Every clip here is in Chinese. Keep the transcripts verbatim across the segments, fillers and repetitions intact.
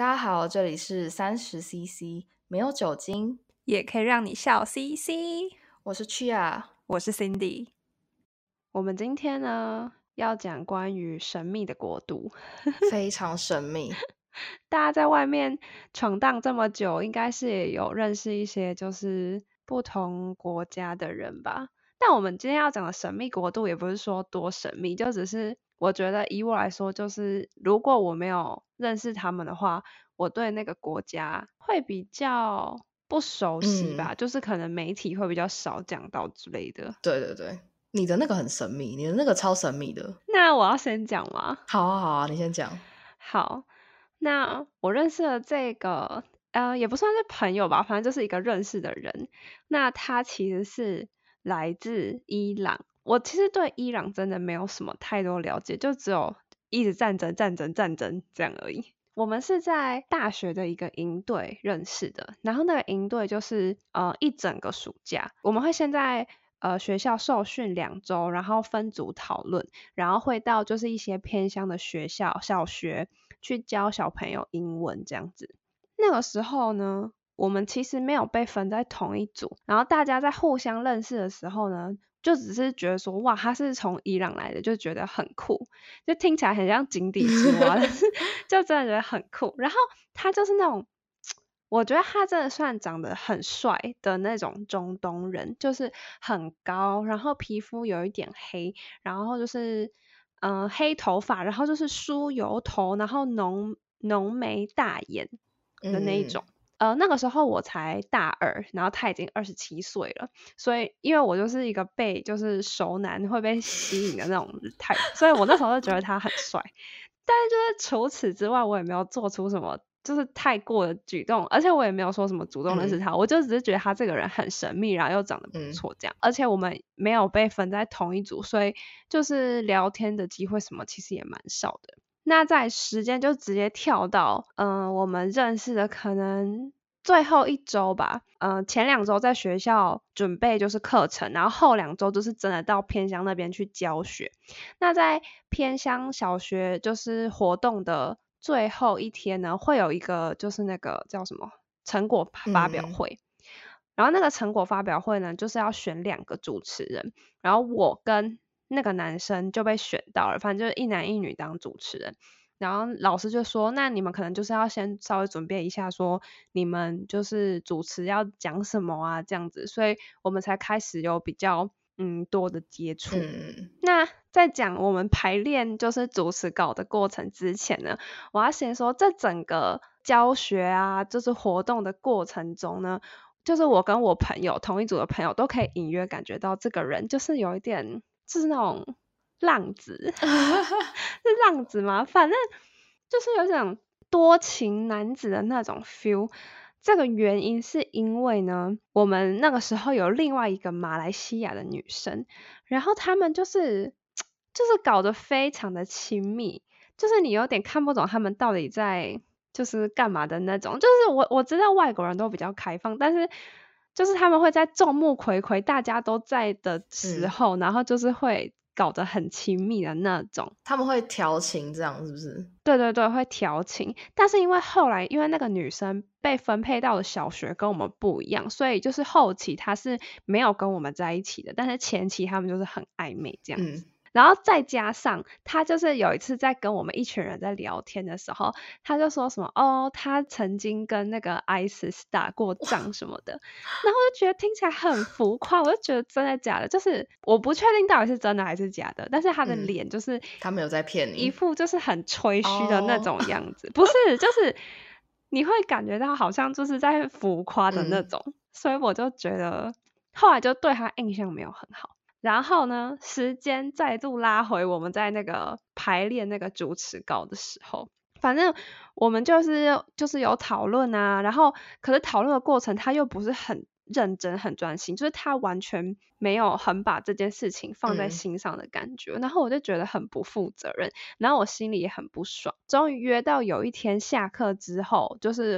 大家好，这里是三十 C C， 没有酒精也可以让你笑嘻嘻。 我是 Chia， 我是 Cindy。我们今天呢要讲关于神秘的国度， 非常神秘。 大家在外面闯荡这么久，应该是也有认识一些就是不同国家的人吧。但我们今天要讲的神秘国度，也不是说多神秘，就只是我觉得以我来说，就是如果我没有认识他们的话，我对那个国家会比较不熟悉吧， 嗯， 就是可能媒体会比较少讲到之类的。 对对对，你的那个很神秘，你的那个超神秘的。 那我要先讲吗？ 好啊好啊，你先讲。 好，那我认识的这个呃，也不算是朋友吧，反正就是一个认识的人。那他其实是来自伊朗。我其实对伊朗真的没有什么太多了解，就只有一直战争、战争、战争这样而已。我们是在大学的一个营队认识的，然后那个营队就是呃一整个暑假，我们会先在呃学校受训两周，然后分组讨论，然后会到就是一些偏乡的学校、小学去教小朋友英文这样子。那个时候呢，我们其实没有被分在同一组，然后大家在互相认识的时候呢，就只是觉得说，哇，他是从伊朗来的，就觉得很酷，就听起来很像井底之蛙，但是就真的觉得很酷。然后他就是那种，我觉得他真的算长得很帅的那种中东人，就是很高，然后皮肤有一点黑，然后就是嗯、呃黑头发，然后就是梳油头，然后浓浓眉大眼的那一种。 嗯， 呃，那个时候我才大二，然后他已经二十七岁了，所以因为我就是一个被就是熟男会被吸引的那种 type，所以我那时候就觉得他很帅。但是就是除此之外，我也没有做出什么就是太过的举动，而且我也没有说什么主动认识嗯他，我就只是觉得他这个人很神秘，然后又长得不嗯错这样。而且我们没有被分在同一组，所以就是聊天的机会什么其实也蛮少的。那在时间就直接跳到，嗯、呃我们认识的可能最后一周吧，呃，前两周在学校准备就是课程，然后后两周就是真的到偏乡那边去教学。那在偏乡小学就是活动的最后一天呢，会有一个就是那个叫什么成果发表嗯会。然后那个成果发表会呢，就是要选两个主持人，然后我跟那个男生就被选到了，反正就是一男一女当主持人。然后老师就说，那你们可能就是要先稍微准备一下，说你们就是主持要讲什么啊，这样子，所以我们才开始有比较嗯多的接触。 嗯那在讲我们排练就是主持稿的过程之前呢，我要先说这整个教学啊，就是活动的过程中呢，就是我跟我朋友同一组的朋友都可以隐约感觉到这个人就是有一点就是那种浪子，是浪子吗？反正就是有种多情男子的那种 feel。这个原因是因为呢，我们那个时候有另外一个马来西亚的女生，然后他们就是就是搞得非常的亲密，就是你有点看不懂他们到底在就是干嘛的那种。就是我我知道外国人都比较开放，但是就是他们会在众目睽睽大家都在的时嗯， 候，然后就是会搞得很亲密的那种。 他们会调情，这样是不是？ 对对对，会调情，但是因为后来因为那个女生被分配到的小学跟我们不一样，所以就是后期她是没有跟我们在一起的，但是前期他们就是很暧昧这样子。 嗯然后再加上他就是有一次在跟我们一群人在聊天的时候，他就说什么哦，他曾经跟那个 ISIS 打过仗什么的，然后我就觉得听起来很浮夸，我就觉得真的假的，就是我不确定到底是真的还是假的，但是他的嗯， 脸就是他没有在骗一你副就是很吹嘘的那哦。 种样子，不是，就是你会感觉到好像就是在浮夸的那嗯种，所以我就觉得后来就对他印象没有很好。然后呢，时间再度拉回我们在那个排练那个主持稿的时候，反正我们就是就是有讨论啊，然后可是讨论的过程他又不是很认真很专心，就是他完全没有很把这件事情放在嗯心上的感觉，然后我就觉得很不负责任，然后我心里也很不爽。终于约到有一天下课之后，就是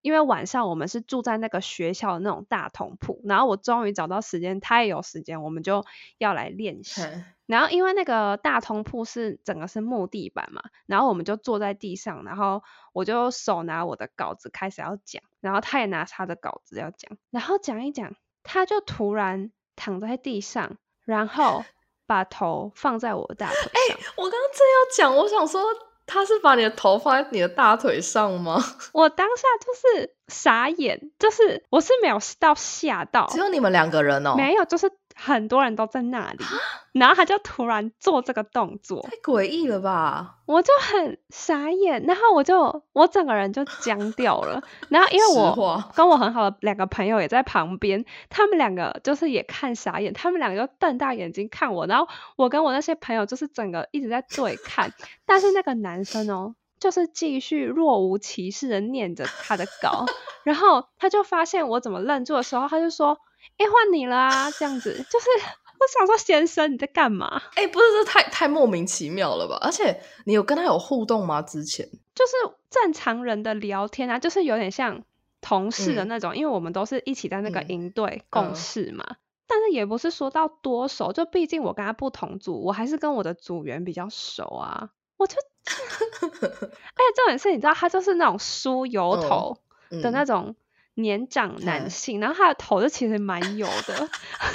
因为晚上我们是住在那个学校的那种大通铺，然后我终于找到时间，他也有时间，我们就要来练习。然后因为那个大通铺是整个是木地板嘛，然后我们就坐在地上，然后我就手拿我的稿子开始要讲，然后他也拿他的稿子要讲，然后讲一讲，他就突然躺在地上，然后把头放在我的大腿上。 欸，我刚刚正要讲，我想说他是把你的头放在你的大腿上吗？ 我当下就是傻眼，就是我是没有到吓到， 只有你们两个人哦？ 没有，就是很多人都在那里，然后他就突然做这个动作， 太诡异了吧！ 我就很傻眼，然后我就我整个人就僵掉了。然后因为我跟我很好的两个朋友也在旁边，他们两个就是也看傻眼，他们两个就瞪大眼睛看我，然后我跟我那些朋友就是整个一直在对看，但是那个男生哦，就是继续若无其事的念着他的稿，然后他就发现我怎么愣住的时候，他就说：“哎，换你了啊！”这样子，就是我想说，先生你在干嘛？ 哎、欸，不是，这太太莫名其妙了吧？而且你有跟他有互动吗？之前就是正常人的聊天啊，就是有点像同事的那种，嗯、因为我们都是一起在那个营队共事嘛。嗯、但是也不是说到多熟，就毕竟我跟他不同组，我还是跟我的组员比较熟啊。我就，而且重点是，你知道他就是那种梳油头的那种年长男性，嗯、然后他的头就其实蛮油的。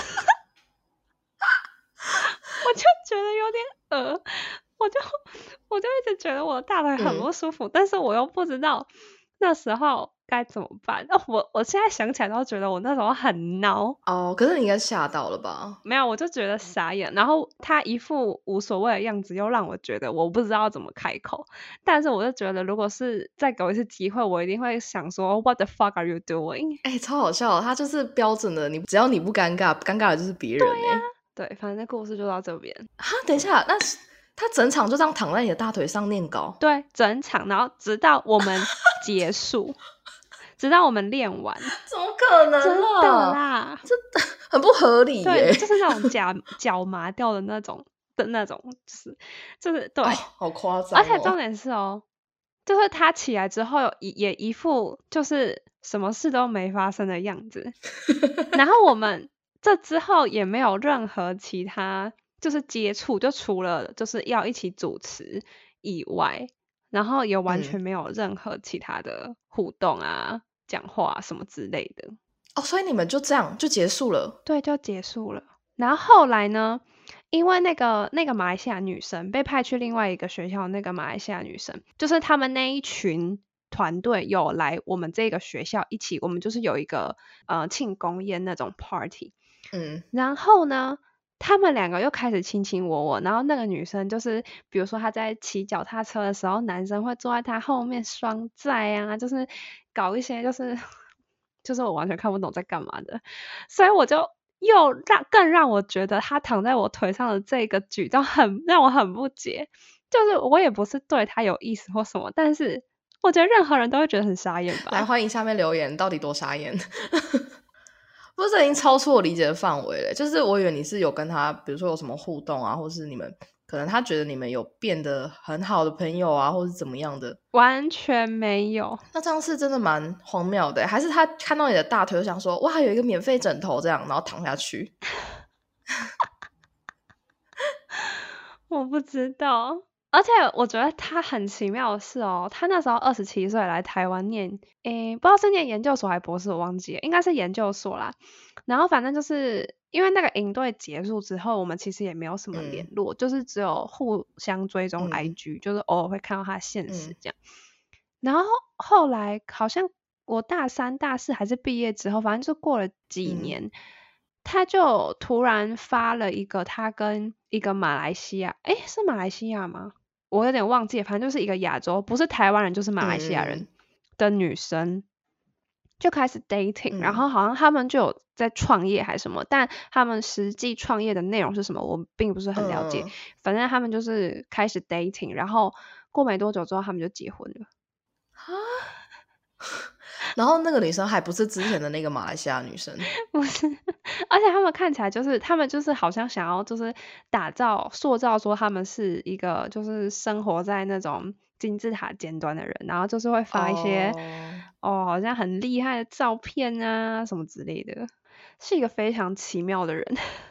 我就觉得有点恶，我就我就一直觉得我的大腿很不舒服，嗯、但是我又不知道那时候该怎么办。哦，我我现在想起来都觉得我那时候很孬。 哦，可是你应该吓到了吧？ 没有，我就觉得傻眼。然后他一副无所谓的样子，又让我觉得我不知道怎么开口。但是我就觉得，如果是再给我一次机会，我一定会想说 ，What the fuck are you doing？ 哎、欸，超好笑的，他就是标准的，你只要你不尴尬，尴尬的就是别人哎、欸。 对，反正那故事就到这边。 哈，等一下，那他整场就这样躺在你的大腿上念稿？ 对，整场，然后直到我们结束，直到我们练完。 怎么可能？ 真的啦， 这很不合理耶。 对，就是那种脚脚麻掉的那种的那种，就是就是对，哦、 好夸张、哦。 而且重点是哦，就是他起来之后也也一副就是什么事都没发生的样子，然后我们。这之后也没有任何其他就是接触，就除了就是要一起主持以外，然后也完全没有任何其他的互动啊、讲、嗯、话什么之类的。 哦，所以你们就这样就结束了？ 对，就结束了。然后后来呢，因为那个那个马来西亚女生被派去另外一个学校，那个马来西亚女生就是他们那一群团队有来我们这个学校一起，我们就是有一个呃庆功宴那种 party。嗯，然后呢，他们两个又开始卿卿我我，然后那个女生就是，比如说她在骑脚踏车的时候，男生会坐在她后面双载啊，就是搞一些就是就是我完全看不懂在干嘛的，所以我就又让更让我觉得他躺在我腿上的这个举动很让我很不解，就是我也不是对他有意思或什么，但是我觉得任何人都会觉得很傻眼吧。 来，欢迎下面留言，到底多傻眼？不是，这已经超出我理解的范围了。就是我以为你是有跟他，比如说有什么互动啊，或是你们可能他觉得你们有变得很好的朋友啊，或是怎么样的， 完全没有。 那这样是真的蛮荒谬的。还是他看到你的大腿就想说，哇，有一个免费枕头这样，然后躺下去？ 我不知道。而且我觉得他很奇妙的是哦，他那时候二十七岁来台湾念，诶，不知道是念研究所还博士，我忘记了，应该是研究所啦。然后反正就是因为那个营队结束之后，我们其实也没有什么联络，嗯、就是只有互相追踪 I G，、嗯、就是偶尔会看到他现实这样。嗯、然后后来好像我大三、大四还是毕业之后，反正就过了几年。嗯他就突然发了一个他跟一个马来西亚，诶，是马来西亚吗？我有点忘记了，反正就是一个亚洲，不是台湾人就是马来西亚人的女生，嗯、就开始 dating，、嗯、然后好像他们就有在创业还是什么，但他们实际创业的内容是什么，我并不是很了解。嗯、反正他们就是开始 dating， 然后过没多久之后他们就结婚了。 然后那个女生还不是之前的那个马来西亚女生， 不是，而且他们看起来就是他们就是好像想要就是打造塑造说他们是一个就是生活在那种金字塔尖端的人，然后就是会发一些、oh. 哦好像很厉害的照片啊什么之类的，是一个非常奇妙的人。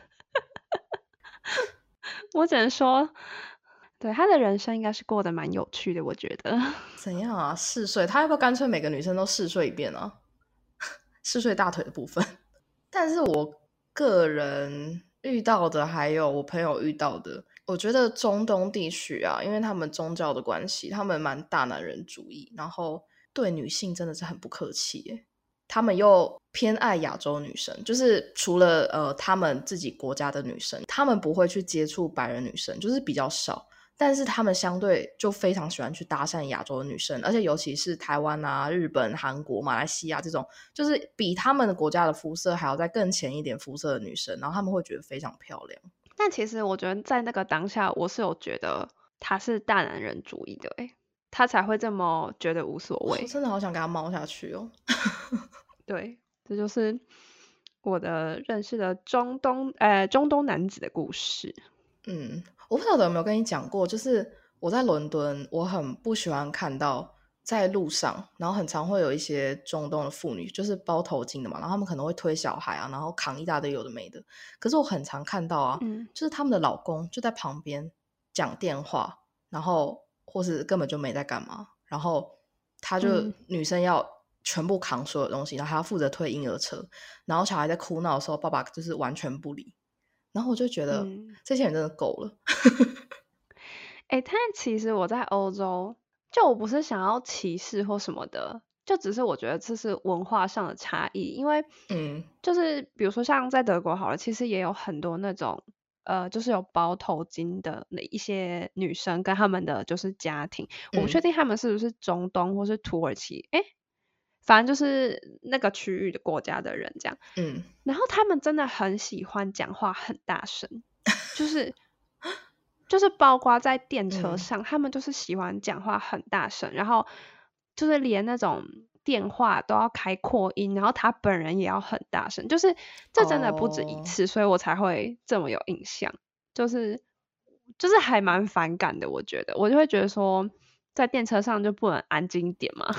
我只能说对，他的人生应该是过得蛮有趣的，我觉得。 怎样啊？嗜睡？他要不要干脆每个女生都嗜睡一遍啊？嗜睡大腿的部分。但是我个人遇到的，还有我朋友遇到的，我觉得中东地区啊，因为他们宗教的关系，他们蛮大男人主义，然后对女性真的是很不客气耶。他们又偏爱亚洲女生，就是除了呃他们自己国家的女生，他们不会去接触白人女生，就是比较少。但是他们相对就非常喜欢去搭讪亚洲的女生，而且尤其是台湾啊、日本、韩国、马来西亚这种，就是比他们的国家的肤色还要再更浅一点肤色的女生，然后他们会觉得非常漂亮。 但其实我觉得在那个当下，我是有觉得他是大男人主义的，诶，他才会这么觉得无所谓。 我真的好想给他猫下去哦。 对，这就是我的认识的中东呃中东男子的故事。 嗯，我不晓得有没有跟你讲过，就是我在伦敦，我很不喜欢看到在路上，然后很常会有一些中东的妇女，就是包头巾的嘛，然后他们可能会推小孩啊，然后扛一大堆有的没的。可是我很常看到啊， 嗯， 就是他们的老公就在旁边讲电话，然后或是根本就没在干嘛，然后他就、 嗯女生要全部扛所有东西，然后还要负责推婴儿车，然后小孩在哭闹的时候，爸爸就是完全不理。然后我就觉得、 嗯， 这些人真的够了。 诶，但其实我在欧洲，就我不是想要歧视或什么的，就只是我觉得这是文化上的差异，因为嗯就是比如说像在德国好了，其实也有很多那种呃，就是有包头巾的那一些女生跟他们的就是家庭，我不确嗯定他们是不是中东或是土耳其，诶，反正就是那个区域的国家的人这样。 嗯， 然后他们真的很喜欢讲话很大声，就是就是包括在电车嗯上，他们就是喜欢讲话很大声，然后就是连那种电话都要开扩音，然后他本人也要很大声，就是这真的不止一哦， 次，所以我才会这么有印象，就是就是还蛮反感的，我觉得我就会觉得说，在电车上就不能安静一点嘛。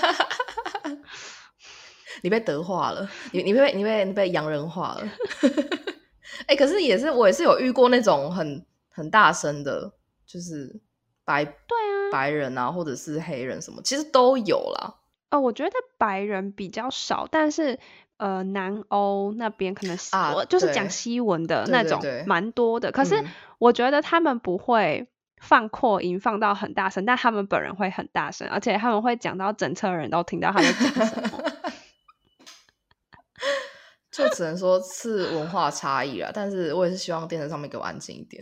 你被德化了，你你被你被你被洋人化了。哎、可是也是我也是有遇过那种很很大声的，就是白对啊， 白人啊，或者是黑人什么，其实都有啦。 呃，我觉得白人比较少，但是呃，南欧那边可能西啊， 我就是讲对西文的对那种对对， 蛮多的。可是嗯， 我觉得他们不会放扩音放到很大声，但他们本人会很大声，而且他们会讲到整车人都听到他在讲什么。 就只能说是文化差异啦。但是我也是希望电车上面给我安静一点。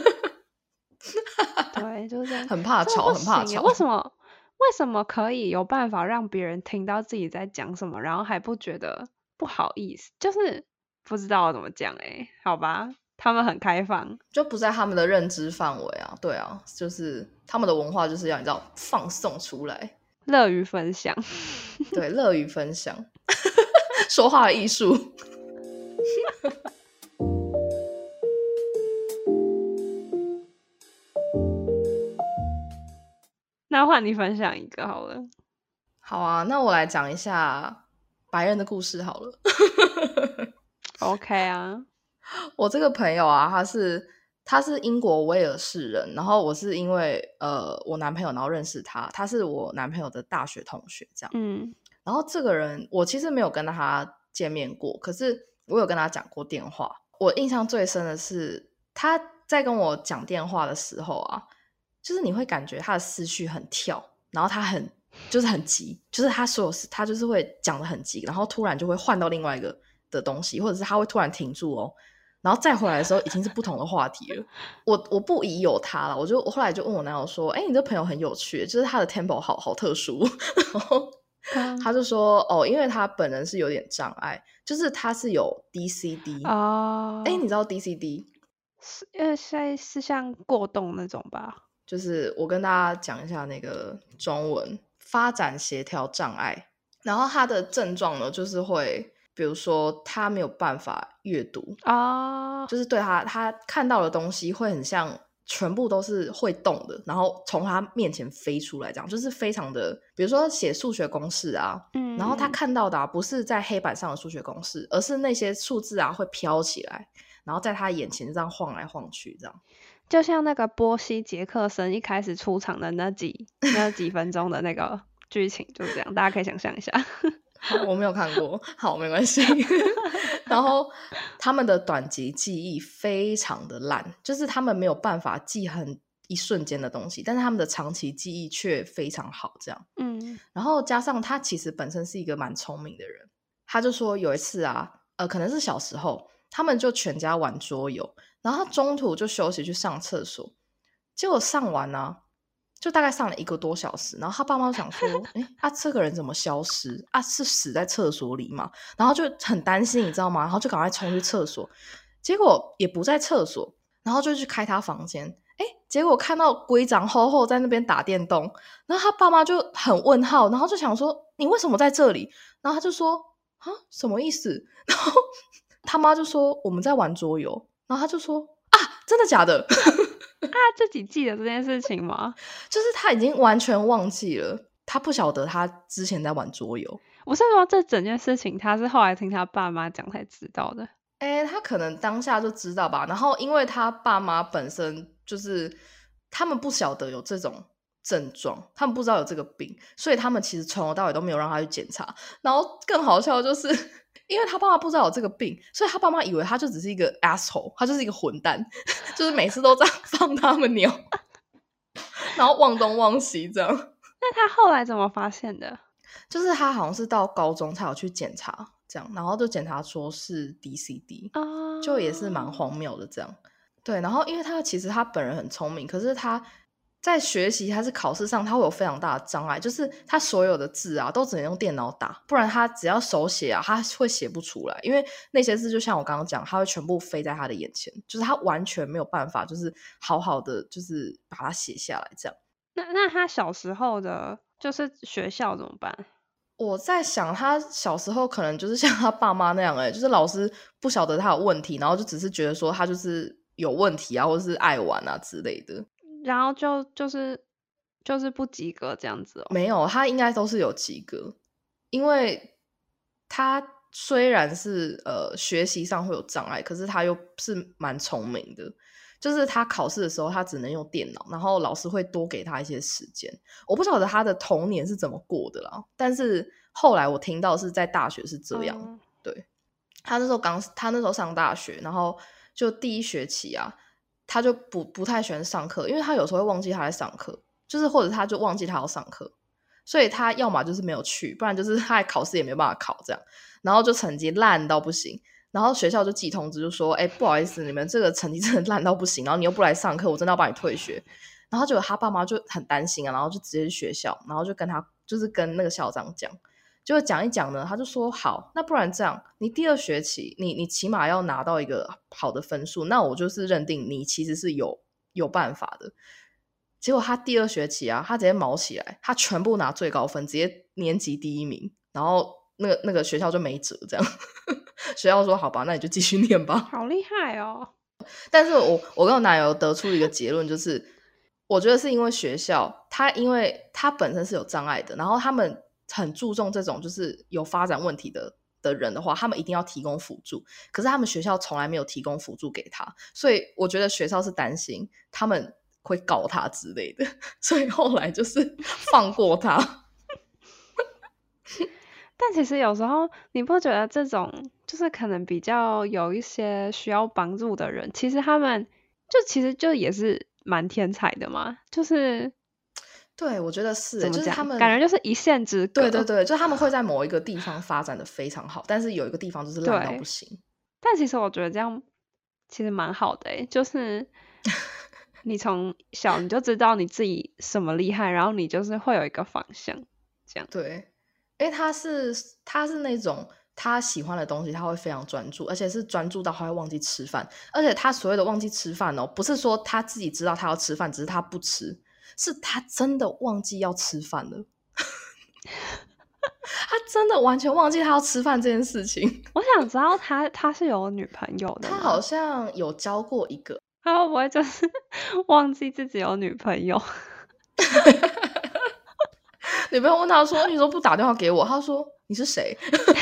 对，就是这样， 很怕吵， 真的不很怕行耶。为什吵。 么？为什么可以有办法让别人听到自己在讲什么，然后还不觉得不好意思？就是不知道怎么讲哎，好吧，他们很开放。 就不在他们的认知范围啊，对啊，就是他们的文化就是要你知道放送出来， 乐于分享。 对，乐于分享，说话的艺术。 那换你分享一个好了。 好啊，那我来讲一下白人的故事好了。 OK 啊， 我这个朋友啊，他是他是英国威尔士人，然后我是因为呃我男朋友然后认识他，他是我男朋友的大学同学这样。 嗯然后这个人我其实没有跟他见面过，可是我有跟他讲过电话。我印象最深的是他在跟我讲电话的时候啊，就是你会感觉他的思绪很跳，然后他很就是很急，就是他所有事他就是会讲得很急，然后突然就会换到另外一个的东西，或者是他会突然停住哦，然后再回来的时候已经是不同的话题了。我我不疑有他了，我就我后来就问我男友说：“哎、欸，你这朋友很有趣，就是他的 tempo 好好特殊。”然后他就说：“哦，因为他本人是有点障碍，就是他是有 D C D 哦， 哎、欸，你知道 D C D？ 是呃，现在是像过动那种吧？ 就是我跟大家讲一下那个中文发展协调障碍，然后他的症状呢，就是会比如说他没有办法阅读哦， 就是对他他看到的东西会很像全部都是会动的，然后从他面前飞出来，这样就是非常的，比如说写数学公式啊，嗯，然后他看到的啊不是在黑板上的数学公式，而是那些数字啊会飘起来，然后在他眼前这样晃来晃去，这样就像那个波西·杰克森一开始出场的那几那几分钟的那个剧情就是这样，大家可以想象一下。 好，我没有看过，好，没关系。然后他们的短期记忆非常的烂，就是他们没有办法记很一瞬间的东西，但是他们的长期记忆却非常好，这样。嗯，然后加上他其实本身是一个蛮聪明的人，他就说有一次啊，呃，可能是小时候，他们就全家玩桌游，然后他中途就休息去上厕所，结果上完啊。就大概上了一个多小时，然后他爸妈就想说诶啊这个人怎么消失啊，是死在厕所里吗？然后就很担心你知道吗，然后就赶快冲去厕所，结果也不在厕所，然后就去开他房间，诶结果看到龟长厚厚在那边打电动，然后他爸妈就很问号，然后就想说你为什么在这里，然后他就说啊什么意思，然后他妈就说我们在玩桌游，然后他就说啊真的假的他自己记得这件事情吗？ 就是他已经完全忘记了，他不晓得他之前在玩桌游。 我是说这整件事情他是后来听他爸妈讲才知道的。 诶他可能当下就知道吧，然后因为他爸妈本身就是他们不晓得有这种症状，他们不知道有这个病，所以他们其实从头到尾都没有让他去检查。然后更好笑的就是因为他爸妈不知道有这个病，所以他爸妈以为他就只是一个 asshole， 他就是一个混蛋，就是每次都这样放他们鸟然后忘东忘西这样。 那他后来怎么发现的？ 就是他好像是到高中才有去检查这样，然后就检查说是 D C D、oh. 就也是蛮荒谬的这样。对，然后因为他其实他本人很聪明，可是他在学习还是考试上他会有非常大的障碍，就是他所有的字啊都只能用电脑打，不然他只要手写啊他会写不出来，因为那些字就像我刚刚讲他会全部飞在他的眼前，就是他完全没有办法就是好好的就是把它写下来这样。 那那他小时候的就是学校怎么办？ 我在想他小时候可能就是像他爸妈那样欸，就是老师不晓得他有问题，然后就只是觉得说他就是有问题啊，或是爱玩啊之类的， 然后就就是就是不及格这样子哦。 没有，他应该都是有及格，因为他虽然是呃学习上会有障碍，可是他又是蛮聪明的，就是他考试的时候他只能用电脑，然后老师会多给他一些时间。我不晓得他的童年是怎么过的啦，但是后来我听到是在大学是这样、嗯、对，他那时候刚他那时候上大学，然后就第一学期啊他就不不太喜欢上课，因为他有时候会忘记他在上课，就是或者他就忘记他要上课，所以他要么就是没有去，不然就是他考试也没办法考这样，然后就成绩烂到不行，然后学校就寄通知就说哎、欸，不好意思，你们这个成绩真的烂到不行，然后你又不来上课，我真的要把你退学。然后结果他爸妈就很担心啊，然后就直接去学校，然后就跟他就是跟那个校长讲，结果讲一讲呢，他就说好，那不然这样，你第二学期你你起码要拿到一个好的分数，那我就是认定你其实是有有办法的。结果他第二学期啊，他直接毛起来，他全部拿最高分，直接年级第一名，然后那个那个学校就没辙这样学校说好吧，那你就继续念吧。 好厉害哦。 但是我我跟我男友得出一个结论，就是我觉得是因为学校他因为他本身是有障碍的，然后他们很注重这种就是有发展问题的的人的话，他们一定要提供辅助，可是他们学校从来没有提供辅助给他，所以我觉得学校是担心他们会告他之类的，所以后来就是放过他但其实有时候你不觉得这种就是可能比较有一些需要帮助的人，其实他们就其实就也是蛮天才的嘛，就是对，我觉得是怎么讲、 就是他们感觉就是一线之隔。 对对对，就是他们会在某一个地方发展的非常好，但是有一个地方就是烂到不行。 但其实我觉得这样其实蛮好的欸，就是你从小你就知道你自己什么厉害，然后你就是会有一个方向这样。 对，因为他是他是那种他喜欢的东西他会非常专注，而且是专注到他会忘记吃饭，而且他所谓的忘记吃饭哦，不是说他自己知道他要吃饭，只是他不吃，是他真的忘记要吃饭了他真的完全忘记他要吃饭这件事情。 我想知道他他是有女朋友的吗？ 他好像有交过一个， 他会不会就是忘记自己有女朋友？ 女朋友问他说：“你说不打电话给我？”他说：“你是谁？”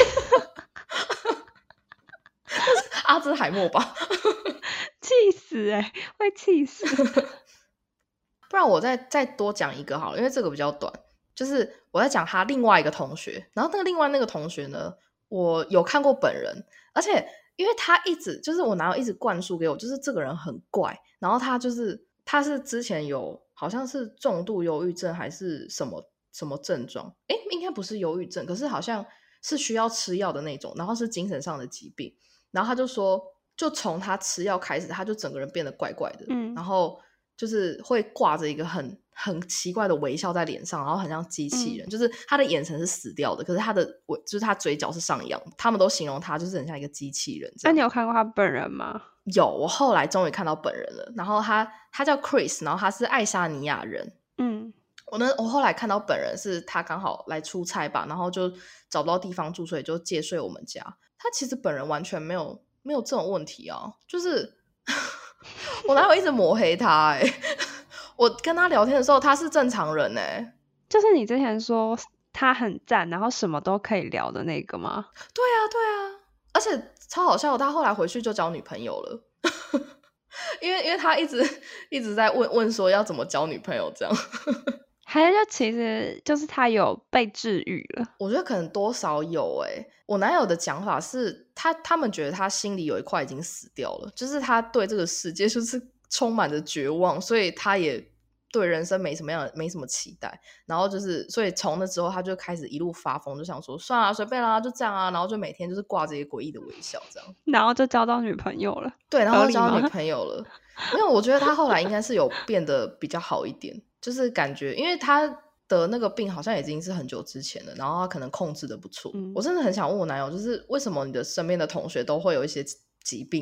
阿兹海默吧？ 气死哎、欸，会气死。 不然我再再多讲一个好了，因为这个比较短。就是我在讲他另外一个同学，然后那个另外那个同学呢，我有看过本人，而且因为他一直就是我男友一直灌输给我，就是这个人很怪，然后他就是他是之前有好像是重度忧郁症还是什么什么症状，诶应该不是忧郁症，可是好像是需要吃药的那种，然后是精神上的疾病，然后他就说就从他吃药开始，他就整个人变得怪怪的， 嗯， 然后就是会挂着一个很很奇怪的微笑在脸上，然后很像机器人， 嗯、 就是他的眼神是死掉的，可是他的就是他嘴角是上扬，他们都形容他就是很像一个机器人这样。 那你有看过他本人吗？ 有，我后来终于看到本人了。然后他他叫 Chris， 然后他是爱沙尼亚人。 嗯， 我呢，我后来看到本人是他刚好来出差吧，然后就找不到地方住，所以就借睡我们家。他其实本人完全没有没有这种问题啊，就是我哪有一直抹黑他哎、欸？我跟他聊天的时候，他是正常人哎、欸。 就是你之前说他很赞，然后什么都可以聊的那个吗？ 对啊，对啊，而且超好笑的，他后来回去就交女朋友了。因为因为他一直一直在问问说要怎么交女朋友这样。 还是就其实就是他有被治愈了？ 我觉得可能多少有欸。我男友的讲法是他他们觉得他心里有一块已经死掉了，就是他对这个世界就是充满着绝望，所以他也对人生没什么样的没什么期待，然后就是所以从那之后他就开始一路发疯，就想说算啊随便啦就这样啊，然后就每天就是挂着一个诡异的微笑这样， 然后就交到女朋友了。 对，然后就交到女朋友了。因为我觉得他后来应该是有变得比较好一点，就是感觉因为他的那个病好像已经是很久之前了，然后他可能控制的不错、嗯、我真的很想问我男友，就是为什么你的身边的同学都会有一些疾病？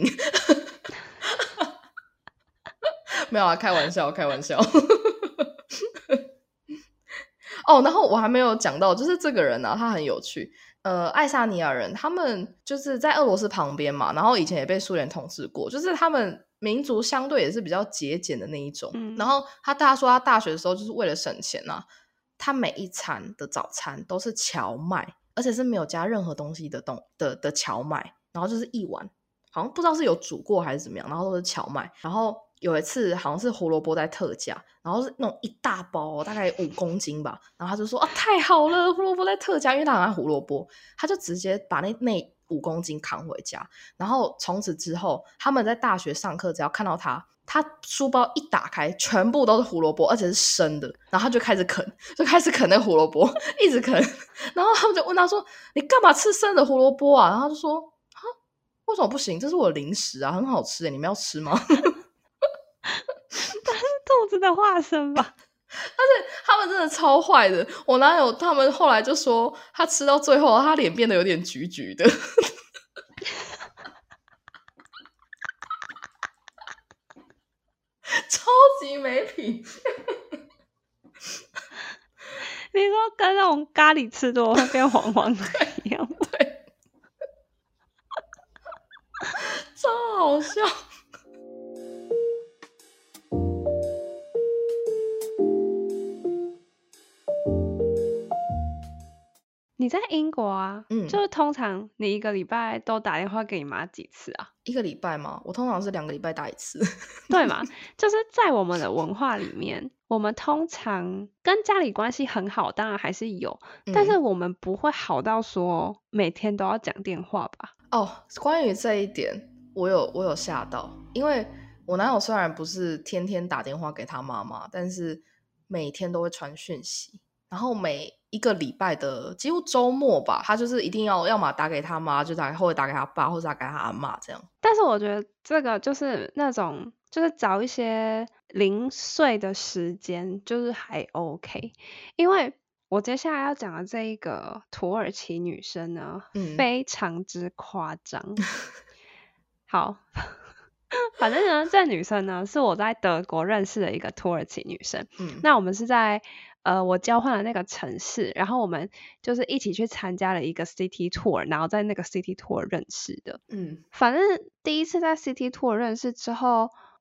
没有啊，开玩笑开玩笑。哦，然后我还没有讲到，就是这个人啊他很有趣，呃，爱沙尼亚人他们就是在俄罗斯旁边嘛，然后以前也被苏联统治过，就是他们民族相对也是比较节俭的那一种、嗯、然后他大家说他大学的时候就是为了省钱啊，他每一餐的早餐都是荞麦，而且是没有加任何东西的东的的荞麦，然后就是一碗，好像不知道是有煮过还是怎么样，然后都是荞麦，然后有一次好像是胡萝卜在特价，然后是那种一大包、哦、大概五公斤吧，然后他就说啊太好了，胡萝卜在特价，因为他很爱胡萝卜，他就直接把那那五公斤扛回家，然后从此之后他们在大学上课只要看到他，他书包一打开全部都是胡萝卜，而且是生的，然后他就开始啃就开始啃那胡萝卜一直啃，然后他们就问他说你干嘛吃生的胡萝卜啊，然后他就说啊为什么不行，这是我的零食啊，很好吃耶，你们要吃吗？ 他是兔子的化身吧？ 而且他们真的超坏的，我男友他们后来就说他吃到最后他脸变得有点橘橘的。超级没品。 你说跟那种咖喱吃多会变黄黄的一样。 对，超好笑。 你在英国啊、 嗯、 就是通常你一个礼拜都打电话给你妈几次啊？ 一个礼拜吗？我通常是两个礼拜打一次。 对嘛，就是在我们的文化里面，我们通常跟家里关系很好，当然还是有、嗯、但是我们不会好到说每天都要讲电话吧。 哦，关于这一点我有我有吓到，因为我男友虽然不是天天打电话给他妈妈，但是每天都会传讯息，然后每一个礼拜的几乎周末吧，他就是一定要要么打给他妈，就打或者打给他爸，或者打给他阿嬷这样。 但是我觉得这个就是那种就是找一些零碎的时间就是还 OK， 因为我接下来要讲的这一个土耳其女生呢、嗯、非常之夸张。好，反正呢这女生呢是我在德国认识的一个土耳其女生、嗯、那我们是在呃我交换的那个城市，然后我们就是一起去参加了一个 city tour， 然后在那个 city tour 认识的。嗯，反正第一次在 city tour 认识之后，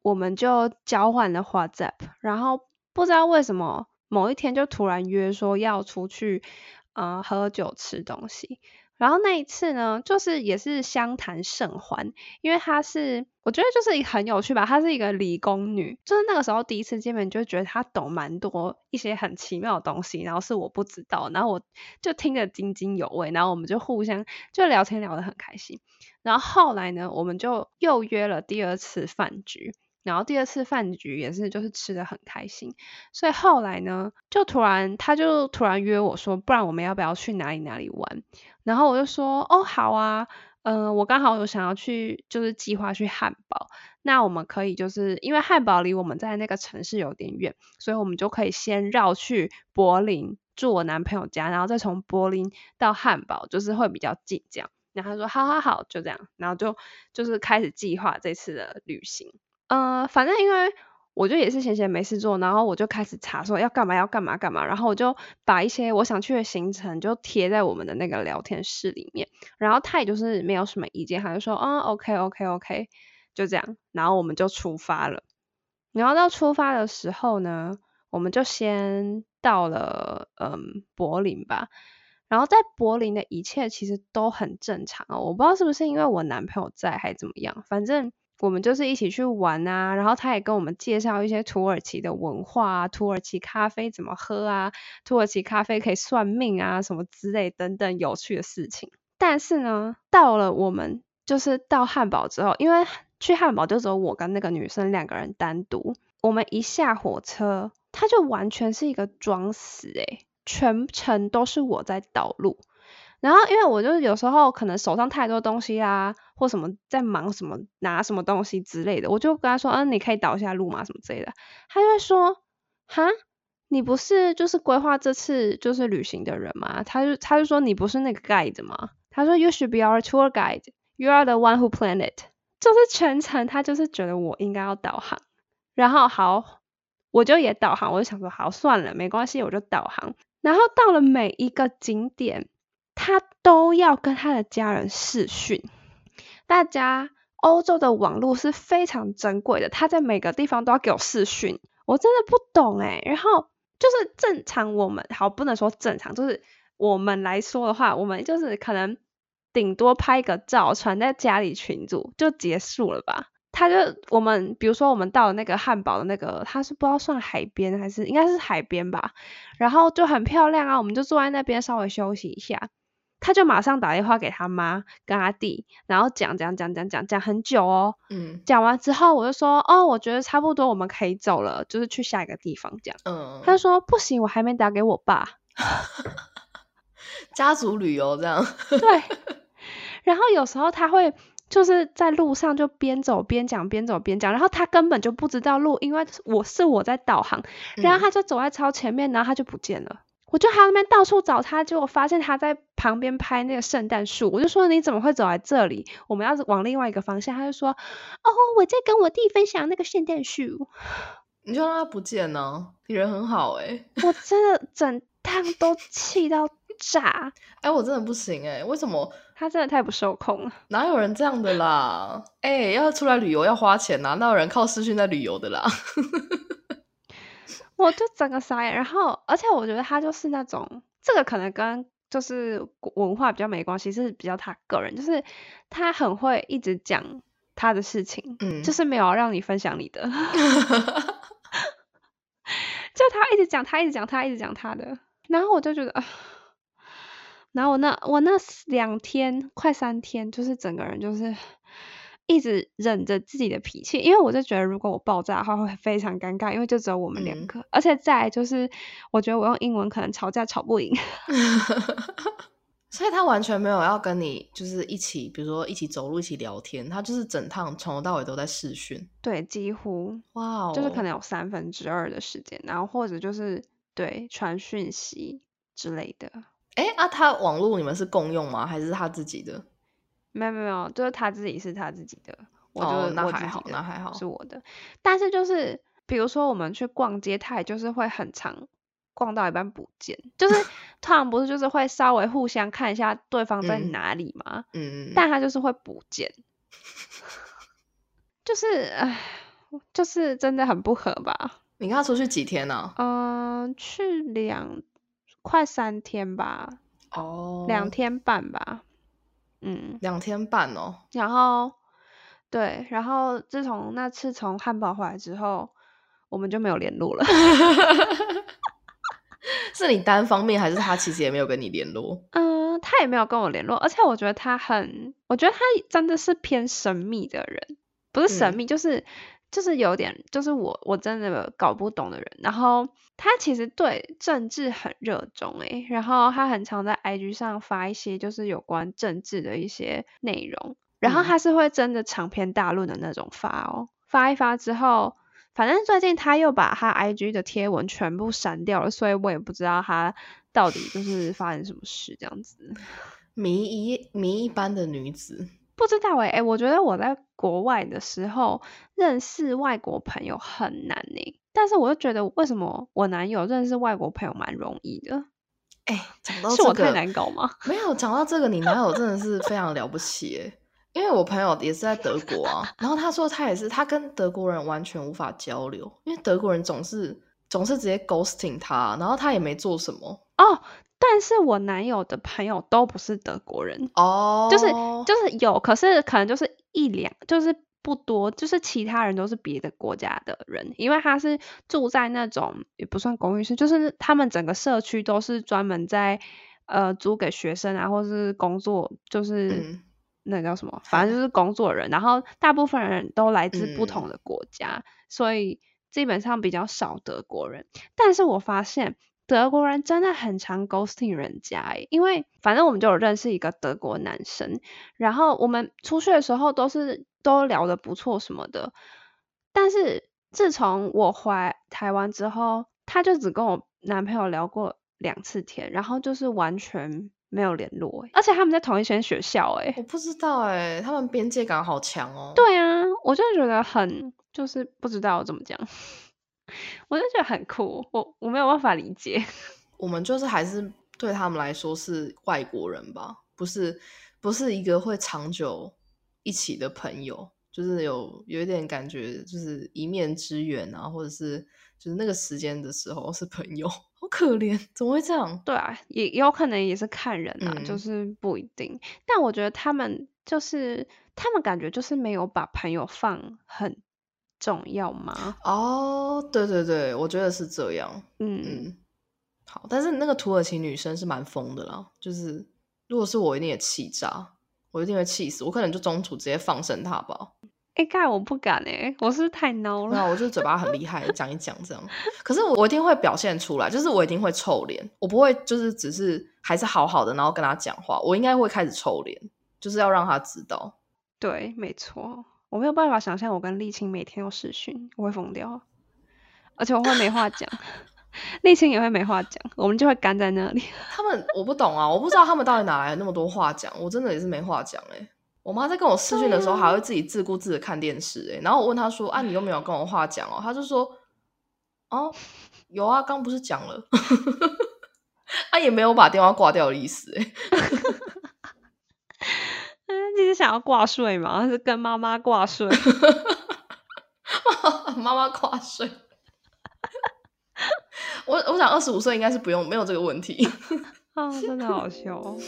我们就交换了 WhatsApp， 然后不知道为什么某一天就突然约说要出去呃喝酒吃东西。然后那一次呢，就是也是相谈甚欢，因为她是我觉得就是很有趣吧，她是一个理工女，就是那个时候第一次见面就觉得她懂蛮多一些很奇妙的东西，然后是我不知道，然后我就听得津津有味，然后我们就互相就聊天聊得很开心。然后后来呢，我们就又约了第二次饭局，然后第二次饭局也是就是吃得很开心，所以后来呢，就突然他就突然约我说，不然我们要不要去哪里哪里玩？然后我就说，哦，好啊，嗯、呃，我刚好有想要去，就是计划去汉堡，那我们可以就是因为汉堡离我们在那个城市有点远，所以我们就可以先绕去柏林住我男朋友家，然后再从柏林到汉堡，就是会比较近这样。然后他说好好好，就这样，然后就就是开始计划这次的旅行。呃，反正因为我就也是闲闲没事做，然后我就开始查说要干嘛要干嘛干嘛，然后我就把一些我想去的行程就贴在我们的那个聊天室里面，然后他也就是没有什么意见，他就说嗯 OK OK OK 就这样，然后我们就出发了。然后到出发的时候呢，我们就先到了嗯柏林吧，然后在柏林的一切其实都很正常哦，我不知道是不是因为我男朋友在还怎么样，反正我们就是一起去玩啊，然后他也跟我们介绍一些土耳其的文化啊，土耳其咖啡怎么喝啊，土耳其咖啡可以算命啊什么之类等等有趣的事情。但是呢，到了我们就是到汉堡之后，因为去汉堡就只有我跟那个女生两个人单独，我们一下火车，他就完全是一个装死诶，全程都是我在导路。然后因为我就是有时候可能手上太多东西啊，或什么在忙什么拿什么东西之类的，我就跟他说，嗯，你可以导一下路嘛什么之类的，他就会说，哈，你不是就是规划这次就是旅行的人吗？他就他就说你不是那个 guide 吗？他说 You should be our tour guide. You are the one who planned it. 就是全程他就是觉得我应该要导航，然后好，我就也导航，我就想说好算了，没关系，我就导航。然后到了每一个景点，他都要跟他的家人视讯。大家欧洲的网络是非常珍贵的，他在每个地方都要给我视讯，我真的不懂诶。然后就是正常我们好不能说正常，就是我们来说的话，我们就是可能顶多拍个照传在家里群组就结束了吧。他就我们比如说我们到了那个汉堡的那个，他是不知道算海边还是应该是海边吧，然后就很漂亮啊，我们就坐在那边稍微休息一下。他就马上打电话给他妈跟他弟，然后讲讲讲讲讲讲很久哦。嗯，讲完之后我就说，哦，我觉得差不多我们可以走了，就是去下一个地方这样。嗯，他就说不行，我还没打给我爸。 家族旅游这样。 对，然后有时候他会就是在路上就边走边讲边走边讲，然后他根本就不知道路，因为我是我在导航，然后他就走在超前面，然后他就不见了。我就还在那边到处找他，结果发现他在旁边拍那个圣诞树，我就说你怎么会走来这里？我们要往另外一个方向。他就说哦，我在跟我弟分享那个圣诞树。 你就让他不见呢？你人很好诶、欸、 我真的整趟都气到炸。 哎、欸，我真的不行诶、欸、为什么？ 他真的太不受控了。 哪有人这样的啦？哎、欸，要出来旅游要花钱呐、啊，哪有人靠视讯在旅游的啦？ 我就整个傻眼，然后而且我觉得他就是那种，这个可能跟就是文化比较没关系，是比较他个人，就是他很会一直讲他的事情，嗯，就是没有让你分享你的。就他一直讲他一直讲他一直讲他的，然后我就觉得啊，然后我那我那两天快三天，就是整个人就是一直忍着自己的脾气，因为我就觉得如果我爆炸的话会非常尴尬，因为就只有我们两个，嗯、而且再来就是我觉得我用英文可能吵架吵不赢。 所以他完全没有要跟你就是一起比如说一起走路一起聊天，他就是整趟从头到尾都在视讯。 对，几乎哇、wow 就是可能有三分之二的时间，然后或者就是对传讯息之类的。 诶啊他网络你们是共用吗？还是他自己的？ 没有没有，就是他自己是他自己的，我就、 哦、那还好那还好是我的。但是就是比如说我们去逛街，他也就是会很常逛到一半不见，就是通常不是就是会稍微互相看一下对方在哪里嘛，嗯，但他就是会不见，就是唉， 就是真的很不合吧。 你跟他出去几天呢？ 嗯、去两快三天吧， 哦， 两天半吧。嗯， 两天半哦。 然后对，然后自从那次从汉堡回来之后，我们就没有联络了。 是你单方面，还是他其实也没有跟你联络？ 嗯，他也没有跟我联络，而且我觉得他很，我觉得他真的是偏神秘的人，不是神嗯秘，就是就是有点，就是我我真的搞不懂的人。然后他其实对政治很热衷诶，然后他很常在 I G 上发一些就是有关政治的一些内容，然后嗯他是会真的长篇大论的那种发哦，发一发之后。反正最近他又把他 I G 的贴文全部删掉了，所以我也不知道他到底就是发生什么事这样子。 谜一谜一般的女子。 不知道诶、欸、我觉得我在国外的时候认识外国朋友很难诶、欸，但是我又觉得为什么我男友认识外国朋友蛮容易的？ 哎、欸，讲到是我太这个， 难搞吗？ 没有讲到这个，你男友真的是非常了不起哎。因为我朋友也是在德国啊，然后他说他也是，他跟德国人完全无法交流，因为德国人总是总是直接 ghosting 他，然后他也没做什么哦。但是我男友的朋友都不是德国人哦， 就是就是有，可是可能就是一两，就是不多，就是其他人都是别的国家的人，因为他是住在那种也不算公寓式，就是他们整个社区都是专门在呃租给学生啊，或是工作，就是。 嗯那叫什么？反正就是工作人，然后大部分人都来自不嗯同的国家，所以基本上比较少德国人。但是我发现德国人真的很常 ghosting 人家诶，因为反正我们就有认识一个德国男生，然后我们出去的时候都是都聊得不错什么的，但是自从我回台湾之后，他就只跟我男朋友聊过两次天，然后就是完全没有联络欸，而且他们在同一间学校诶。 我不知道哎，他们边界感好强哦。 对啊，我就觉得很就是不知道怎么讲，我就觉得很酷，我我没有办法理解。 我们就是还是对他们来说是外国人吧，不是不是一个会长久一起的朋友，就是有有一点感觉，就是一面之缘啊，或者是就是那个时间的时候是朋友，好可怜，怎么会这样？ 对啊，也有可能也是看人啊， 嗯就是不一定。但我觉得他们就是他们感觉就是没有把朋友放很重要吗？ 哦，对对对，我觉得是这样。 嗯， 嗯，好，但是那个土耳其女生是蛮疯的啦，就是如果是我一定也气炸，我一定会气死，我可能就中途直接放生她吧。 哎、盖我不敢哎、我是不是太孬了？ 没有，我就嘴巴很厉害，讲一讲这样。可是我我一定会表现出来，就是我一定会臭脸，我不会就是只是还是好好的，然后跟他讲话，我应该会开始臭脸，就是要让他知道。 对，没错，我没有办法想象我跟沥青每天有视讯，我会疯掉，而且我会没话讲。沥青也会没话讲，我们就会干在那里。 他们我不懂啊，我不知道他们到底哪来那么多话讲，我真的也是没话讲哎、欸。我妈在跟我视讯的时候，还会自己自顾自的看电视、欸，然后我问她说：“啊，你又没有跟我话讲哦？”她就说：“哦，有啊，刚不是讲了。”她也没有把电话挂掉的意思、欸， 嗯，你是想要挂睡吗？还是跟妈妈挂睡？ 妈妈挂睡。我我想二十五岁应该是不用没有这个问题。 哦，真的好笑哦。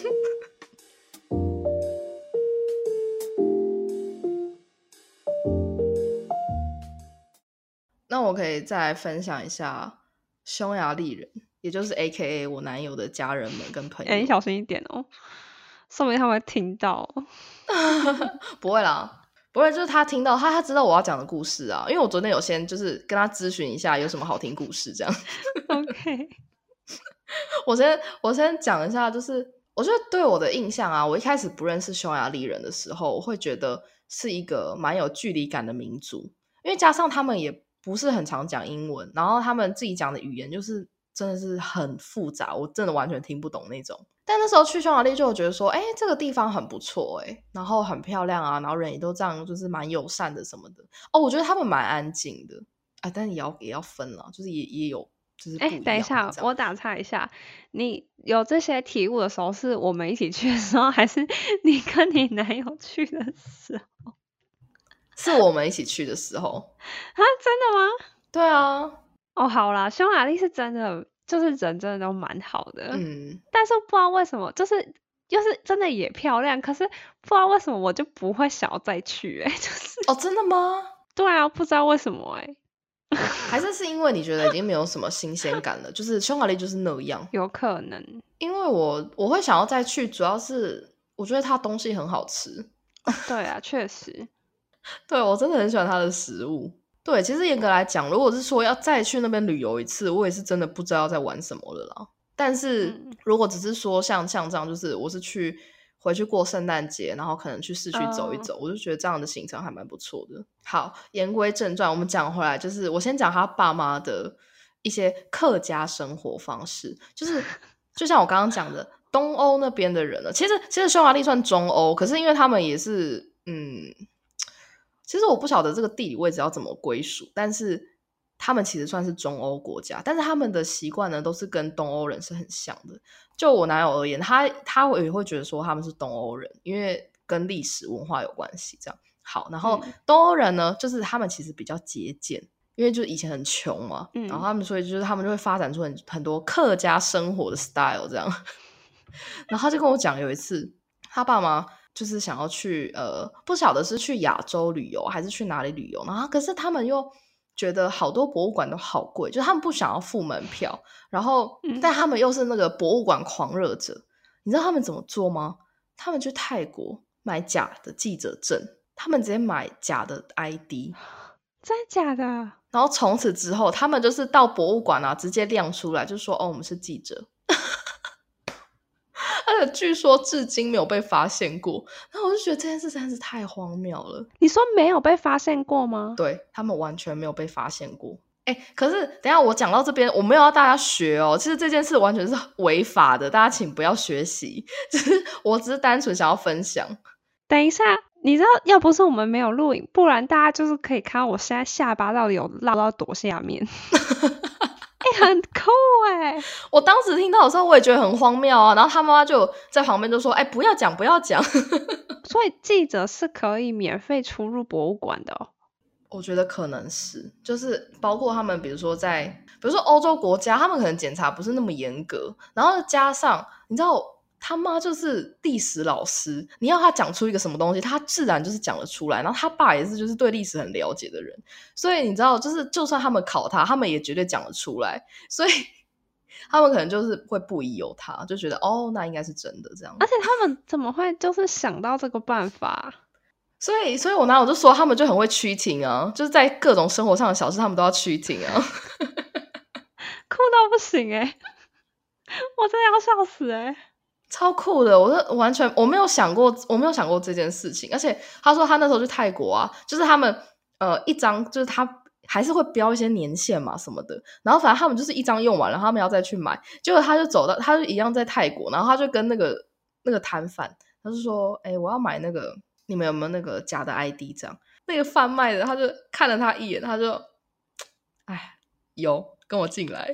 那我可以再来分享一下匈牙利人，也就是 A K A 我男友的家人们跟朋友。 哎、欸，你小心一点哦，说不定他们会听到。 不会啦，不会，就是他听到他他知道我要讲的故事啊，因为我昨天有先就是跟他咨询一下有什么好听故事这样。 OK， 我先我先讲一下，就是我觉得对我的印象啊，我一开始不认识匈牙利人的时候，我会觉得是一个蛮有距离感的民族，因为加上他们也不是很常讲英文，然后他们自己讲的语言就是真的是很复杂，我真的完全听不懂那种。但那时候去匈牙利就有觉得说，哎，这个地方很不错，哎，然后很漂亮啊，然后人也都这样，就是蛮友善的什么的。哦，我觉得他们蛮安静的，啊，但是也要也要分了，就是也也有就是不一样。 哎，等一下，我打岔一下，你有这些体悟的时候，是我们一起去的时候，还是你跟你男友去的时候？ 是我们一起去的时候啊，真的吗？ 对啊。 哦，好啦，匈牙利是真的，就是人真的都蛮好的， 嗯， 但是不知道为什么，就是就是真的也漂亮，可是不知道为什么我就不会想要再去、欸，就是哦，真的吗？ 对啊，不知道为什么、欸， 还是是因为你觉得已经没有什么新鲜感了，就是匈牙利就是那样。 有可能。 因为我我会想要再去，主要是我觉得它东西很好吃。 哦，对啊，确实。 对，我真的很喜欢它的食物。对，其实严格来讲，如果是说要再去那边旅游一次，我也是真的不知道在玩什么了啦。但是、 嗯、 如果只是说像像这样，就是我是去回去过圣诞节，然后可能去市区走一走、uh... 我就觉得这样的行程还蛮不错的。好，言归正传，我们讲回来，就是我先讲他爸妈的一些客家生活方式，就是就像我刚刚讲的，东欧那边的人呢，其实其实匈牙利算中欧，可是因为他们也是嗯。其实我不晓得这个地理位置要怎么归属，但是他们其实算是中欧国家，但是他们的习惯呢都是跟东欧人是很像的。就我男友而言，他他也会觉得说他们是东欧人，因为跟历史文化有关系这样。好，然后东欧人呢、嗯、就是他们其实比较节俭，因为就是以前很穷嘛、嗯、然后他们所以就是他们就会发展出很很多客家生活的 style 这样。然后他就跟我讲有一次他爸妈就是想要去呃，不晓得是去亚洲旅游还是去哪里旅游，然后可是他们又觉得好多博物馆都好贵，就是他们不想要付门票，然后、嗯、但他们又是那个博物馆狂热者，你知道他们怎么做吗？他们去泰国买假的记者证，他们直接买假的 I D。 真的假的？ 然后从此之后他们就是到博物馆啊直接亮出来就说哦我们是记者。而且据说至今没有被发现过，然后我就觉得这件事真的是太荒谬了。 你说没有被发现过吗？ 对，他们完全没有被发现过。哎，可是等一下我讲到这边我没有要大家学哦，其实这件事完全是违法的，大家请不要学习，只是我只是单纯想要分享。 等一下，你知道要不是我们没有录影，不然大家就是可以看到我现在下巴到底有落到多下面。欸、很酷哎、欸！ 我当时听到的时候我也觉得很荒谬啊，然后他妈妈就在旁边就说哎、欸，不要讲不要讲。 所以记者是可以免费出入博物馆的哦？ 我觉得可能是，就是包括他们比如说在比如说欧洲国家，他们可能检查不是那么严格，然后加上你知道他妈就是历史老师，你要他讲出一个什么东西他自然就是讲得出来，然后他爸也是就是对历史很了解的人，所以你知道就是就算他们考他他们也绝对讲得出来，所以他们可能就是会不疑有他，就觉得哦那应该是真的这样。 而且他们怎么会就是想到这个办法？ 所以所以我男友就说他们就很会cheating啊，就是在各种生活上的小事他们都要cheating啊。 酷到不行欸，我真的要笑死欸。 超酷的，我是完全我没有想过我没有想过这件事情。而且他说他那时候去泰国啊，就是他们呃一张就是他还是会标一些年限嘛什么的，然后反正他们就是一张用完了他们要再去买，结果他就走到他就一样在泰国，然后他就跟那个那个摊贩他就说哎、欸，我要买那个你们有没有那个假的 I D 这样，那个贩卖的他就看了他一眼，他就哎有跟我进来。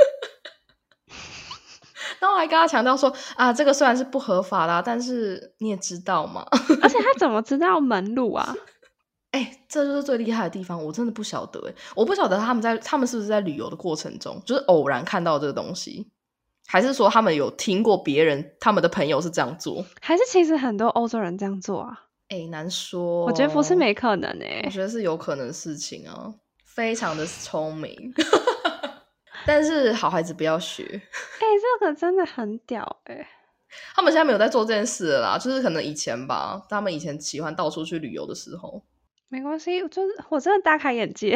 然后我还跟他强调说啊，这个虽然是不合法啦，但是你也知道嘛。 而且他怎么知道门路啊？ 哎、欸，这就是最厉害的地方，我真的不晓得哎，我不晓得他们在他们是不是在旅游的过程中就是偶然看到这个东西，还是说他们有听过别人他们的朋友是这样做， 还是其实很多欧洲人这样做啊？ 哎、欸，难说， 我觉得不是没可能哎、欸， 我觉得是有可能的事情啊，非常的聪明。但是好孩子不要学。哎、 欸，这个真的很屌哎、欸！ 他们现在没有在做这件事了啦，就是可能以前吧，他们以前喜欢到处去旅游的时候。 没关系，就是我真的大开眼界。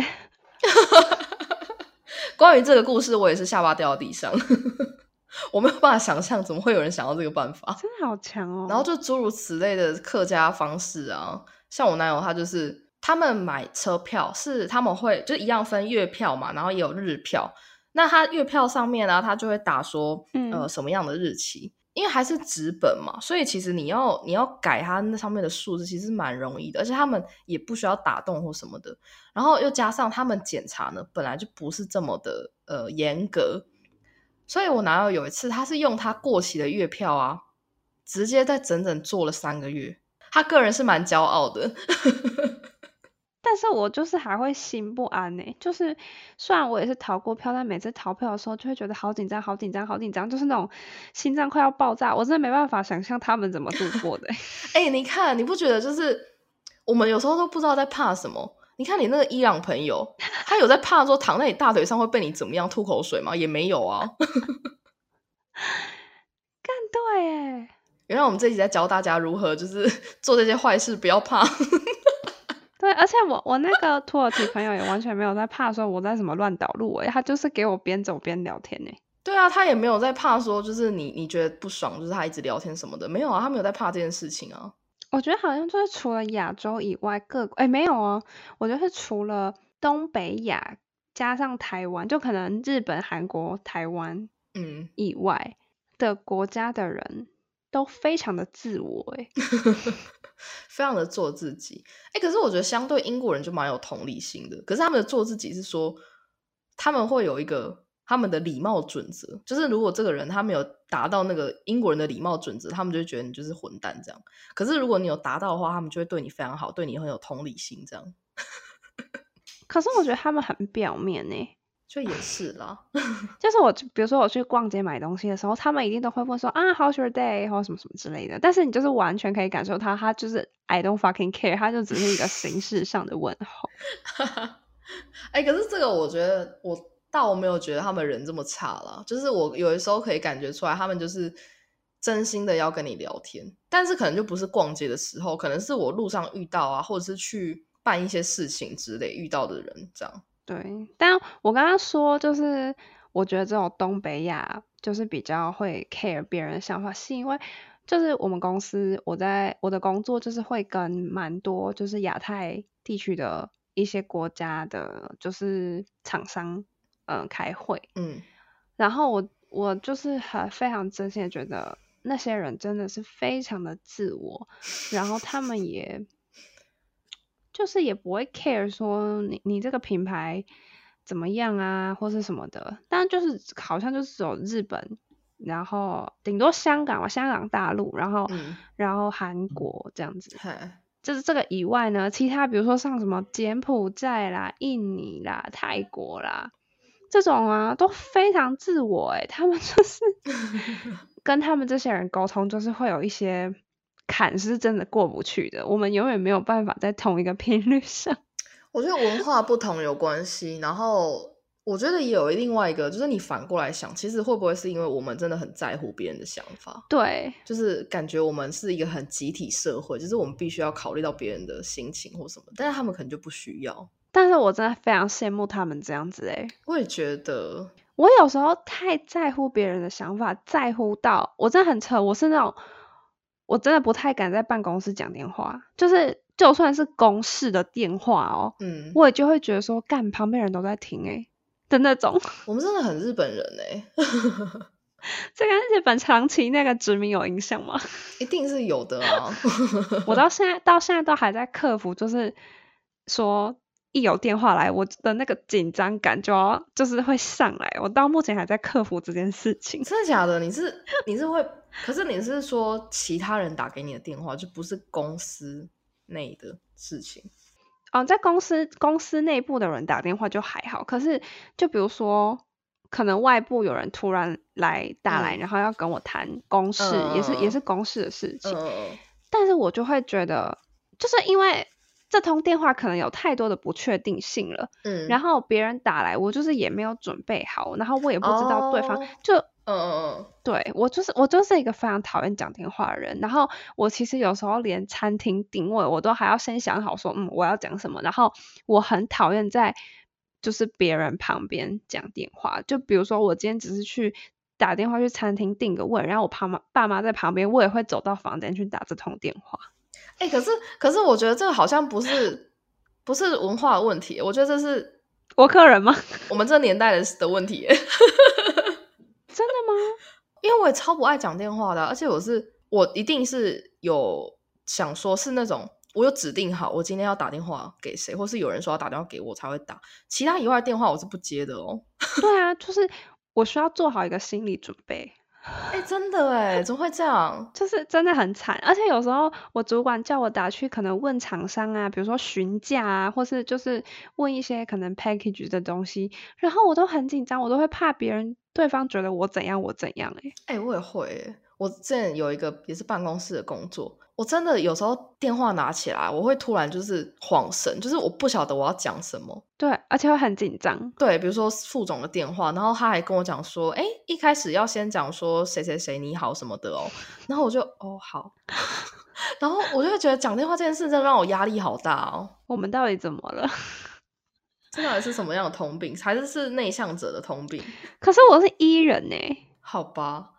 关于这个故事，我也是下巴掉到地上。我没有办法想象怎么会有人想到这个办法， 真的好强哦。 然后就诸如此类的客家方式啊，像我男友他就是他们买车票是他们会就一样分月票嘛，然后也有日票。那他月票上面呢，他就会打说呃什么样的日期、嗯、因为还是纸本嘛，所以其实你要你要改它那上面的数字其实蛮容易的，而且他们也不需要打洞或什么的，然后又加上他们检查呢本来就不是这么的呃严格，所以我男友有一次他是用他过期的月票啊直接在整整做了三个月，他个人是蛮骄傲的。 但是我就是还会心不安呢、欸，就是虽然我也是逃过票，但每次逃票的时候就会觉得好紧张好紧张好紧张，就是那种心脏快要爆炸，我真的没办法想象他们怎么度过的、欸。 哎、欸，你看你不觉得就是我们有时候都不知道在怕什么？你看你那个伊朗朋友，他有在怕说躺在你大腿上会被你怎么样吐口水吗？也没有啊。 干对耶， 原来我们这一集在教大家如何就是做这些坏事，不要怕。 对，而且我我那个土耳其朋友也完全没有在怕说我在什么乱导路诶，他就是给我边走边聊天诶。 对啊，他也没有在怕说就是你你觉得不爽，就是他一直聊天什么的，没有啊，他没有在怕这件事情啊。 我觉得好像就是除了亚洲以外各诶没有哦，我觉得是除了东北亚加上台湾，就可能日本、韩国、台湾嗯以外的国家的人都非常的自我诶。 非常的做自己。哎、欸，可是我觉得相对英国人就蛮有同理心的。可是他们的做自己是说，他们会有一个他们的礼貌准则，就是如果这个人他没有达到那个英国人的礼貌准则，他们就会觉得你就是混蛋这样。可是如果你有达到的话，他们就会对你非常好，对你很有同理心这样。 可是我觉得他们很表面欸。 就也是啦。 就是我比如说我去逛街买东西的时候，他们一定都会问说啊 how's your day 或什么什么之类的，但是你就是完全可以感受他他就是 I don't fucking care， 他就只是一个形式上的问候。 哎、欸，可是这个我觉得我倒没有觉得他们人这么差啦，就是我有的时候可以感觉出来他们就是真心的要跟你聊天，但是可能就不是逛街的时候，可能是我路上遇到啊，或者是去办一些事情之类遇到的人这样。 对，但我刚刚说就是我觉得这种东北亚就是比较会 care 别人的想法，是因为就是我们公司我在我的工作就是会跟蛮多就是亚太地区的一些国家的就是厂商嗯、呃、开会， 嗯， 然后我我就是很非常真心的觉得那些人真的是非常的自我，然后他们也就是也不会 care 说你你这个品牌怎么样啊或是什么的，但就是好像就是只有日本，然后顶多香港嘛，香港大陆，然后、 嗯、 然后韩国这样子。 嗨， 就是这个以外呢，其他比如说像什么柬埔寨啦、印尼啦、泰国啦这种啊，都非常自我诶、欸，他们就是跟他们这些人沟通，就是会有一些坎是真的过不去的，我们永远没有办法在同一个频率上。 我觉得文化不同有关系，然后我觉得也有另外一个，就是你反过来想，其实会不会是因为我们真的很在乎别人的想法？ 对， 就是感觉我们是一个很集体社会，就是我们必须要考虑到别人的心情或什么，但是他们可能就不需要。 但是我真的非常羡慕他们这样子诶。 我也觉得， 我有时候太在乎别人的想法，在乎到我真的很扯，我是那种我真的不太敢在办公室讲电话，就是就算是公事的电话哦， 嗯， 我也就会觉得说，干旁边人都在听诶、欸、的那种。 我们真的很日本人诶、欸、 这跟日本长期那个殖民有影响吗？ 一定是有的啊。 我到现在到现在都还在克服，就是说一有电话来，我的那个紧张感就要就是会上来，我到目前还在克服这件事情。 真的假的？你是你是会，可是你是说其他人打给你的电话，就不是公司内的事情？ 哦，在公司公司内部的人打电话就还好，可是就比如说，可能外部有人突然来打来， 嗯然后要跟我谈公事， 嗯也是也是公事的事情， 嗯但是我就会觉得，就是因为这通电话可能有太多的不确定性了， 嗯， 然后别人打来，我就是也没有准备好，然后我也不知道对方、 哦就。 嗯嗯嗯， 对，我就是我就是一个非常讨厌讲电话的人，然后我其实有时候连餐厅定位我都还要先想好说，嗯，我要讲什么，然后我很讨厌在就是别人旁边讲电话，就比如说我今天只是去打电话去餐厅订个位，然后我爸妈爸妈在旁边，我也会走到房间去打这通电话。 哎、欸，可是可是我觉得这个好像不是不是文化的问题，我觉得这是我个人吗？ 我们这个年代的的问题。 真的吗？ 因为我也超不爱讲电话的、啊，而且我是我一定是有想说是那种我有指定好我今天要打电话给谁，或是有人说要打电话给我才会打，其他以外的电话我是不接的哦。 对啊，就是我需要做好一个心理准备。 哎、欸，真的哎，怎么会这样？ 就是真的很惨，而且有时候我主管叫我打去可能问厂商啊，比如说询价啊，或是就是问一些可能 package 的东西，然后我都很紧张，我都会怕别人对方觉得我怎样我怎样哎、欸。 哎、欸，我也会耶。我之前有一个也是办公室的工作，我真的有时候电话拿起来，我会突然就是恍神，就是我不晓得我要讲什么。 对，而且会很紧张。 对，比如说副总的电话，然后他还跟我讲说，哎，一开始要先讲说谁谁谁你好什么的哦，然后我就哦好，然后我就会觉得讲电话这件事真的让我压力好大哦。 我们到底怎么了？ 这到底是什么样的通病？还是是内向者的通病？ 可是我是 E 人耶。 好吧。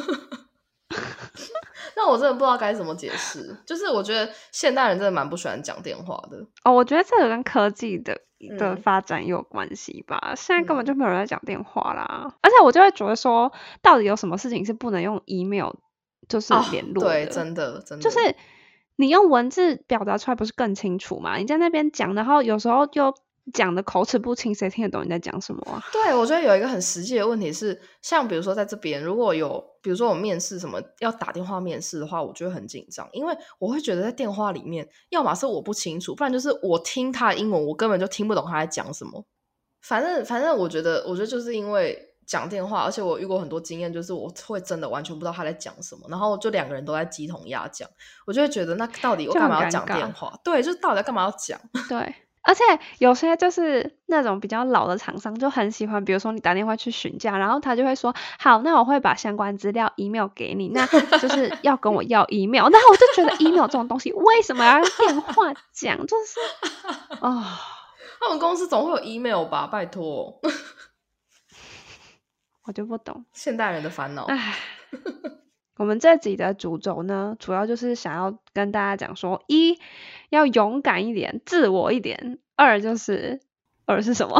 那我真的不知道该怎么解释，就是我觉得现代人真的蛮不喜欢讲电话的。 哦，我觉得这个跟科技的的嗯发展有关系吧，现在根本嗯就没有人在讲电话啦，而且我就会觉得说，到底有什么事情是不能用 email 就是哦， 联络的？ 对，真的真的就是你用文字表达出来不是更清楚吗？你在那边讲，然后有时候又讲的口齿不清，谁听得懂你在讲什么啊？ 对，我觉得有一个很实际的问题是，像比如说在这边，如果有比如说我面试什么要打电话面试的话，我就会很紧张，因为我会觉得在电话里面，要么是我不清楚，不然就是我听他的英文，我根本就听不懂他在讲什么。反正反正我觉得，我觉得就是因为讲电话，而且我遇过很多经验，就是我会真的完全不知道他在讲什么，然后就两个人都在鸡同鸭讲，我就会觉得那到底我干嘛要讲电话？对，就是到底干嘛要讲？ 对。而且有些就是那种比较老的厂商就很喜欢，比如说你打电话去询价，然后他就会说好，那我会把相关资料 email 给你，那就是要跟我要 email。然后我就觉得 email 这种东西为什么要用电话讲？就是哦， 他们公司总会有 email 吧？拜托， 我就不懂现代人的烦恼。 唉。我们这集的主轴呢，主要就是想要跟大家讲说，一要勇敢一点，自我一点；二就是二是什么？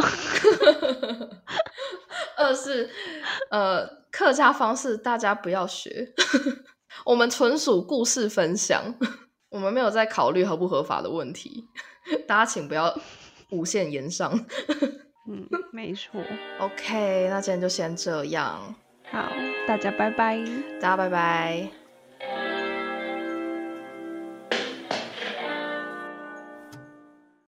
二是呃客家方式大家不要学，我们纯属故事分享，我们没有在考虑合不合法的问题，大家请不要无限延上。 嗯，没错。 OK，那今天就先这样。 好，大家拜拜。 大家拜拜。